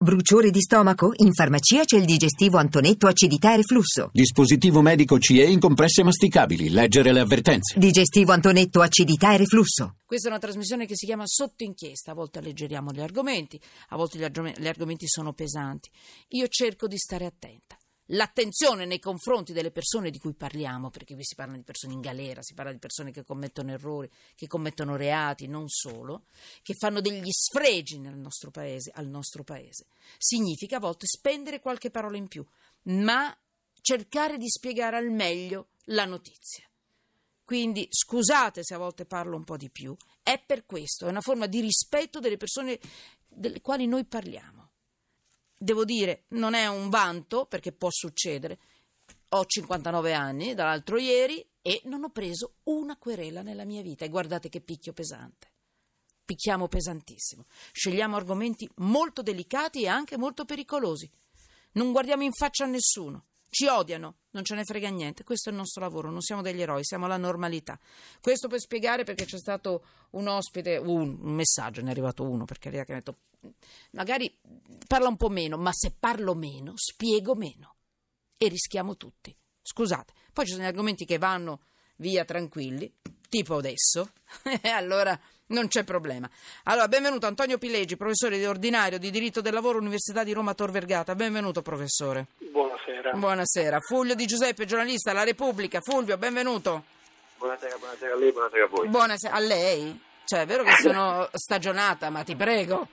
Bruciore di stomaco? In farmacia c'è il digestivo Antonetto acidità e reflusso. Dispositivo medico CE in compresse masticabili. Leggere le avvertenze. Digestivo Antonetto acidità e reflusso. Questa è una trasmissione che si chiama Sotto Inchiesta. A volte alleggeriamo gli argomenti, a volte gli argomenti sono pesanti. Io cerco di stare attenta. L'attenzione nei confronti delle persone di cui parliamo, perché qui si parla di persone in galera, si parla di persone che commettono errori, che commettono reati, non solo, che fanno degli sfregi nel nostro paese, al nostro paese. Significa a volte spendere qualche parola in più, ma cercare di spiegare al meglio la notizia. Quindi scusate se a volte parlo un po' di più, è per questo, è una forma di rispetto delle persone delle quali noi parliamo. Devo dire, non è un vanto, perché può succedere. Ho 59 anni, dall'altro ieri, e non ho preso una querela nella mia vita. E guardate che picchio pesante. Picchiamo pesantissimo. Scegliamo argomenti molto delicati e anche molto pericolosi. Non guardiamo in faccia a nessuno. Ci odiano, non ce ne frega niente. Questo è il nostro lavoro, non siamo degli eroi, siamo la normalità. Questo per spiegare perché c'è stato un ospite, un messaggio, ne è arrivato uno, perché mi ha detto magari parla un po' meno, ma se parlo meno, spiego meno. E rischiamo tutti. Scusate. Poi ci sono gli argomenti che vanno via tranquilli, tipo adesso, e allora non c'è problema. Allora, benvenuto Antonio Pileggi, professore di ordinario di diritto del lavoro, Università di Roma Tor Vergata. Benvenuto, professore. Buonasera. Buonasera. Fulvio Di Giuseppe, giornalista, La Repubblica. Fulvio, benvenuto. Buonasera a lei, buonasera a voi. Buonasera a lei. Cioè, è vero che sono stagionata, ma ti prego.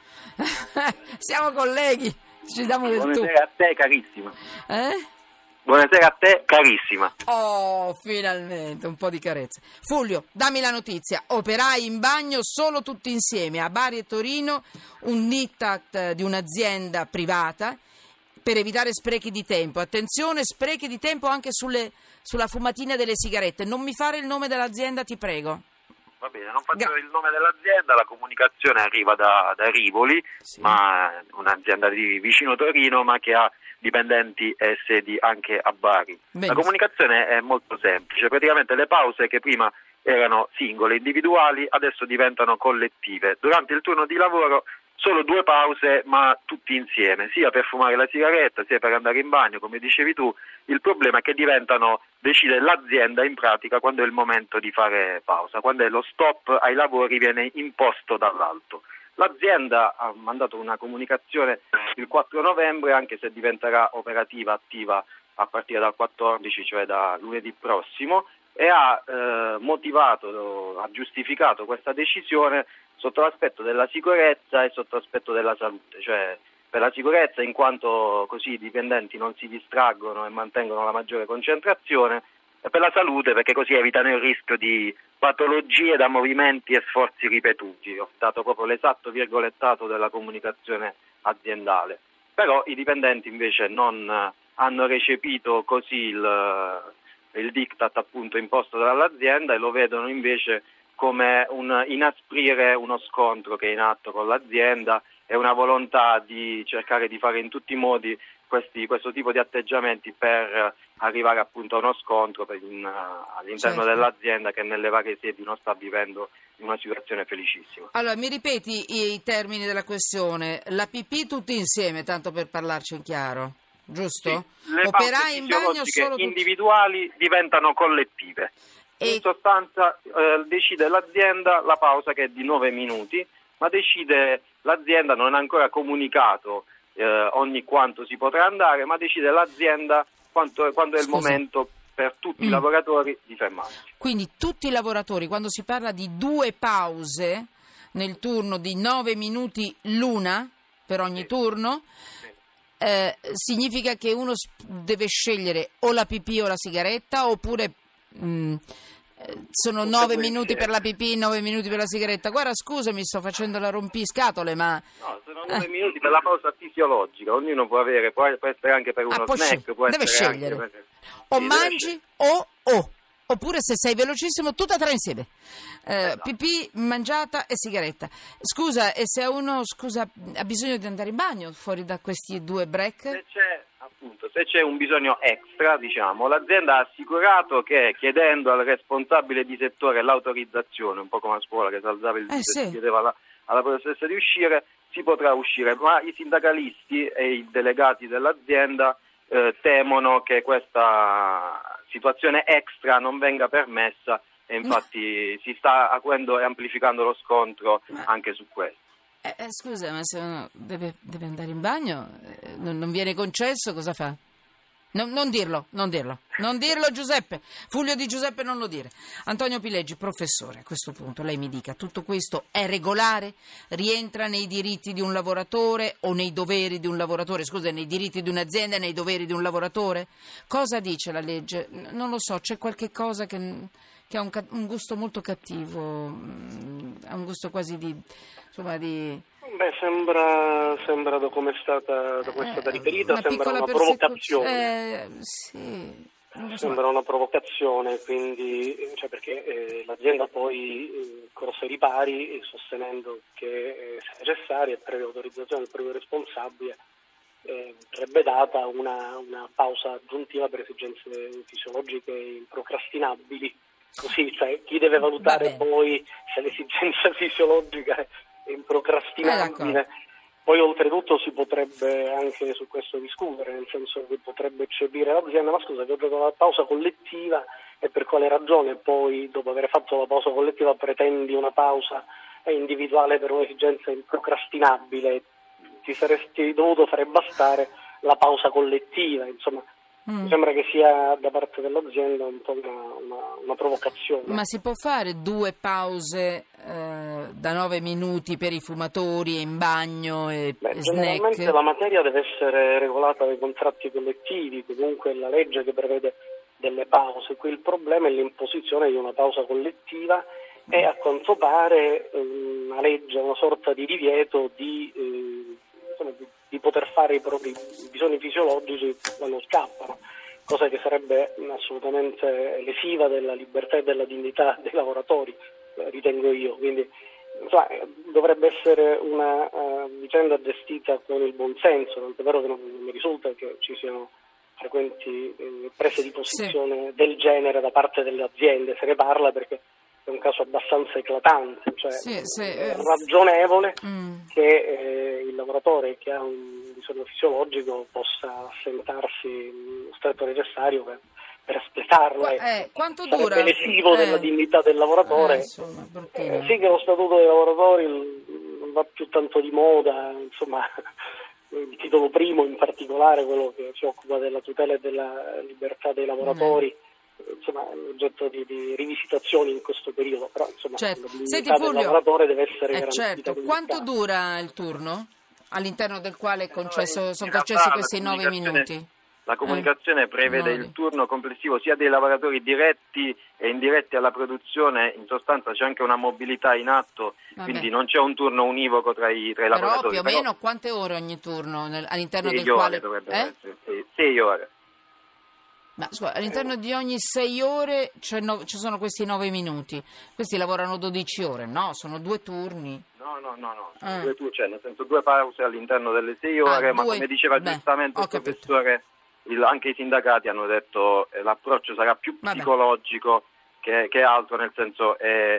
Siamo colleghi, ci diamo del tu. Buonasera a te, carissima. Buonasera a te, carissima. Oh, finalmente, un po' di carezza. Fulvio, dammi la notizia. Operai in bagno solo tutti insieme a Bari e Torino, un diktat di un'azienda privata per evitare sprechi di tempo. Attenzione, sprechi di tempo anche sulla fumatina delle sigarette. Non mi fare il nome dell'azienda, ti prego. Va bene, non faccio il nome dell'azienda, la comunicazione arriva da Rivoli, sì. Ma un'azienda di vicino Torino, ma che ha dipendenti e sedi anche a Bari. Benissimo. La comunicazione è molto semplice, praticamente le pause che prima erano singole, individuali, adesso diventano collettive. Durante il turno di lavoro solo 2 pause, ma tutti insieme, sia per fumare la sigaretta, sia per andare in bagno, come dicevi tu. Il problema è che decide l'azienda in pratica quando è il momento di fare pausa, quando è lo stop ai lavori viene imposto dall'alto. L'azienda ha mandato una comunicazione il 4 novembre, anche se diventerà operativa, attiva a partire dal 14, cioè da lunedì prossimo, e ha giustificato questa decisione sotto l'aspetto della sicurezza e sotto l'aspetto della salute, cioè per la sicurezza in quanto così i dipendenti non si distraggono e mantengono la maggiore concentrazione, e per la salute perché così evitano il rischio di patologie da movimenti e sforzi ripetuti. Ho dato proprio l'esatto virgolettato della comunicazione aziendale. Però i dipendenti invece non hanno recepito così il diktat appunto imposto dall'azienda e lo vedono invece come un inasprire uno scontro che è in atto con l'azienda e una volontà di cercare di fare in tutti i modi questo tipo di atteggiamenti per arrivare appunto a uno scontro all'interno dell'azienda che nelle varie sedi non sta vivendo una situazione felicissima. Allora, mi ripeti i termini della questione? La pipì tutti insieme, tanto per parlarci in chiaro, giusto? Sì, le pause in bagno solo individuali diventano collettive. In sostanza decide l'azienda la pausa che è di 9 minuti, ma l'azienda non ha ancora comunicato ogni quanto si potrà andare, ma decide l'azienda quando è il momento per tutti i lavoratori di fermarsi. Quindi tutti i lavoratori, quando si parla di 2 pause nel turno di 9 minuti l'una per ogni turno, significa che uno deve scegliere o la pipì o la sigaretta, oppure sono 9 minuti per la pipì, 9 minuti per la sigaretta. Guarda, scusami, sto facendo la rompiscatole, ma no, sono 9 minuti per la pausa fisiologica. Ognuno può essere anche per uno snack, deve scegliere o mangi oppure se sei velocissimo tutta 3 insieme. Esatto. Pipì, mangiata e sigaretta. Scusa, e se uno ha bisogno di andare in bagno fuori da questi 2 break? Se c'è un bisogno extra, l'azienda ha assicurato che chiedendo al responsabile di settore l'autorizzazione, un po' come a scuola che si alzava il dito e chiedeva alla professoressa di uscire, si potrà uscire, ma i sindacalisti e i delegati dell'azienda temono che questa situazione extra non venga permessa e infatti si sta acuendo e amplificando lo scontro anche su questo. Scusa, ma se uno deve andare in bagno, non viene concesso, cosa fa? Non dirlo, Giuseppe. Fulvio Di Giuseppe, non lo dire. Antonio Pileggi, professore, a questo punto lei mi dica, tutto questo è regolare? Rientra nei diritti di un lavoratore o nei doveri di un lavoratore? Scusa, nei diritti di un'azienda e nei doveri di un lavoratore? Cosa dice la legge? Non lo so, c'è qualche cosa che ha un gusto molto cattivo, ha un gusto quasi di... Beh, sembra da come è stata riferita, sembra una provocazione. Sì. Sembra una provocazione, quindi, perché l'azienda poi corse ai ripari sostenendo che se necessario e previa autorizzazione del proprio responsabile sarebbe data una pausa aggiuntiva per esigenze fisiologiche improcrastinabili. Così, chi deve valutare poi se l'esigenza fisiologica è improcrastinabile. Poi oltretutto si potrebbe anche su questo discutere, nel senso che potrebbe eccepire l'azienda, ma scusa, che ho dato la pausa collettiva e per quale ragione poi dopo aver fatto la pausa collettiva pretendi una pausa individuale per un'esigenza improcrastinabile? Ti saresti dovuto fare bastare la pausa collettiva, insomma. Mi sembra che sia da parte dell'azienda un po' una provocazione. Ma si può fare 2 pause da 9 minuti per i fumatori e in bagno e snack? Generalmente la materia deve essere regolata dai contratti collettivi, comunque è la legge che prevede delle pause. Qui il problema è l'imposizione di una pausa collettiva e a quanto pare una legge, una sorta di divieto di poter fare i propri bisogni fisiologici quando scappano, cosa che sarebbe assolutamente lesiva della libertà e della dignità dei lavoratori, ritengo io. Quindi dovrebbe essere una vicenda gestita con il buonsenso, tant'è vero che non mi risulta che ci siano frequenti prese di posizione del genere da parte delle aziende. Se ne parla perché è un caso abbastanza eclatante, è ragionevole che il lavoratore che ha un bisogno fisiologico possa assentarsi stretto necessario per espletarlo. Quanto dura? Sarebbe lesivo della dignità del lavoratore. Sì che lo statuto dei lavoratori non va più tanto di moda, insomma. Il titolo primo in particolare, quello che si occupa della tutela e della libertà dei lavoratori, insomma è un oggetto di rivisitazioni in questo periodo, però insomma la dignità del lavoratore deve essere garantita. Quanto dura il turno all'interno del quale sono concessi questi 9 minuti? La comunicazione prevede il turno complessivo sia dei lavoratori diretti e indiretti alla produzione, in sostanza c'è anche una mobilità in atto, quindi non c'è un turno univoco tra i lavoratori. Però più o meno quante ore ogni turno all'interno del 6 ore quale... dovrebbero essere, 6 ore. Ma scusa, all'interno di ogni 6 ore ci sono questi 9 minuti. Questi lavorano 12 ore, no? Sono 2 turni. No, sono 2 turni, nel senso 2 pause all'interno delle 6 ore, ma come diceva giustamente il professore, anche i sindacati hanno detto l'approccio sarà più psicologico che altro, nel senso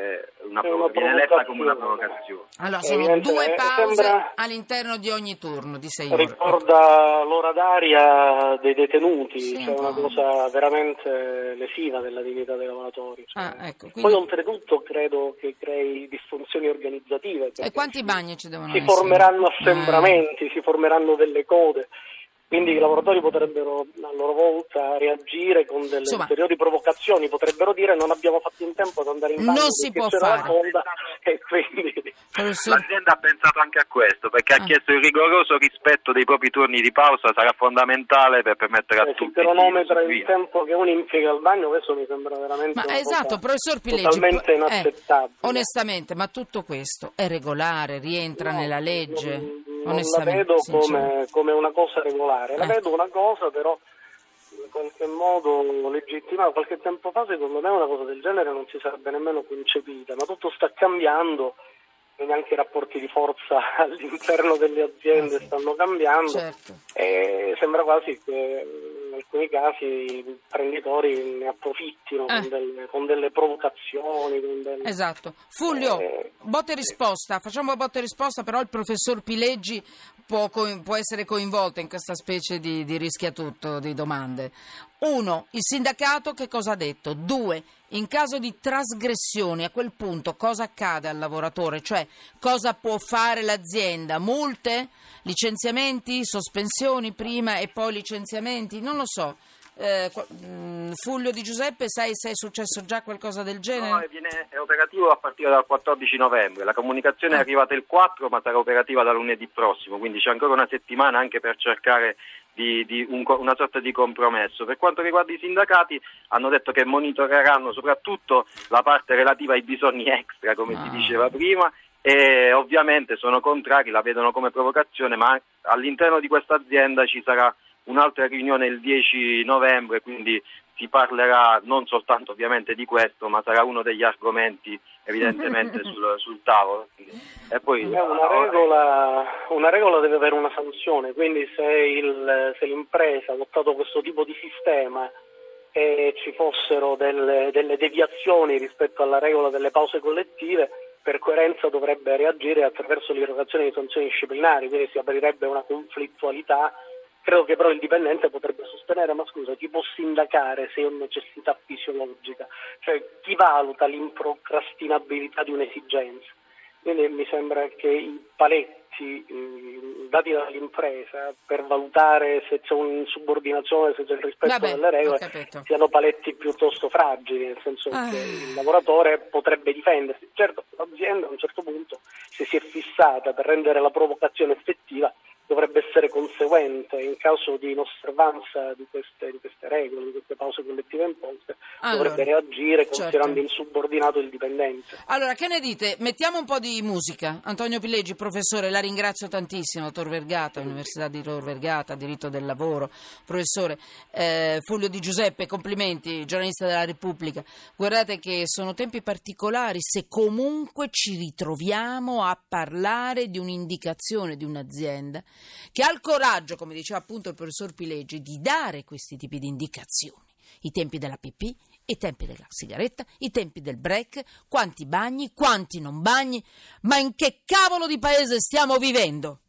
viene letta come una provocazione. Allora sono 2 pause all'interno di ogni turno di 6 ore. Ricorda l'ora d'aria dei detenuti, una cosa veramente lesiva della dignità dei lavoratori. Quindi... Poi oltretutto credo che crei disfunzioni organizzative. E quanti bagni ci devono essere? Si formeranno assembramenti, si formeranno delle code. Quindi i lavoratori potrebbero a loro volta reagire con delle ulteriori provocazioni, potrebbero dire non abbiamo fatto in tempo ad andare in bagno, non si può fare. E quindi... L'azienda ha pensato anche a questo, perché ha chiesto il rigoroso rispetto dei propri turni di pausa, sarà fondamentale per permettere a tutti si cronometra il tempo che uno impiega al bagno, questo mi sembra veramente professor Pileggi, totalmente inaccettabile. Onestamente, ma tutto questo è regolare, rientra nella legge? Non la vedo come una cosa regolare, la vedo una cosa però in qualche modo legittimata. Qualche tempo fa secondo me una cosa del genere non si sarebbe nemmeno concepita, ma tutto sta cambiando, quindi anche i rapporti di forza all'interno delle aziende stanno cambiando, e sembra quasi che nel alcuni casi i imprenditori ne approfittino con delle provocazioni. Esatto. Fulvio, botta e risposta, facciamo botta e risposta, però il professor Pileggi può essere coinvolto in questa specie di rischiatutto di domande. 1. Il sindacato che cosa ha detto? 2. In caso di trasgressioni, a quel punto cosa accade al lavoratore? Cioè, cosa può fare l'azienda? Multe? Licenziamenti? Sospensioni prima e poi licenziamenti? Non lo so. Fulvio Di Giuseppe, sai se è successo già qualcosa del genere? No, è operativo a partire dal 14 novembre. La comunicazione è arrivata il 4, ma sarà operativa da lunedì prossimo, quindi c'è ancora una settimana anche per cercare una sorta di compromesso. Per quanto riguarda i sindacati, hanno detto che monitoreranno soprattutto la parte relativa ai bisogni extra, come si diceva prima, e ovviamente sono contrari, la vedono come provocazione, ma all'interno di questa azienda ci sarà un'altra riunione il 10 novembre, quindi si parlerà non soltanto ovviamente di questo, ma sarà uno degli argomenti evidentemente sul tavolo. E poi una regola deve avere una sanzione, quindi se l'impresa ha adottato questo tipo di sistema e ci fossero delle deviazioni rispetto alla regola delle pause collettive, per coerenza dovrebbe reagire attraverso l'irrogazione di sanzioni disciplinari, quindi si aprirebbe una conflittualità. Credo che però il dipendente potrebbe sostenere: ma scusa, chi può sindacare se è una necessità fisiologica? Cioè, chi valuta l'improcrastinabilità di un'esigenza? Quindi mi sembra che i paletti dati dall'impresa per valutare se c'è un'insubordinazione, se c'è il rispetto delle regole, siano paletti piuttosto fragili, nel senso che il lavoratore potrebbe difendersi. Certo, l'azienda a un certo punto, se si è fissata per rendere la provocazione effettiva, dovrebbe essere conseguente in caso di inosservanza di queste regole, di queste pause collettive imposte, dovrebbe reagire considerando insubordinato il dipendente. Allora, che ne dite? Mettiamo un po' di musica. Antonio Pileggi, professore, la ringrazio tantissimo. Tor Vergata, Università di Tor Vergata, diritto del lavoro, professore. Fulvio Di Giuseppe, complimenti, giornalista della Repubblica. Guardate che sono tempi particolari se comunque ci ritroviamo a parlare di un'indicazione di un'azienda che ha il coraggio, come diceva appunto il professor Pileggi, di dare questi tipi di indicazioni. I tempi della pipì, i tempi della sigaretta, i tempi del break, quanti bagni, quanti non bagni, ma in che cavolo di paese stiamo vivendo?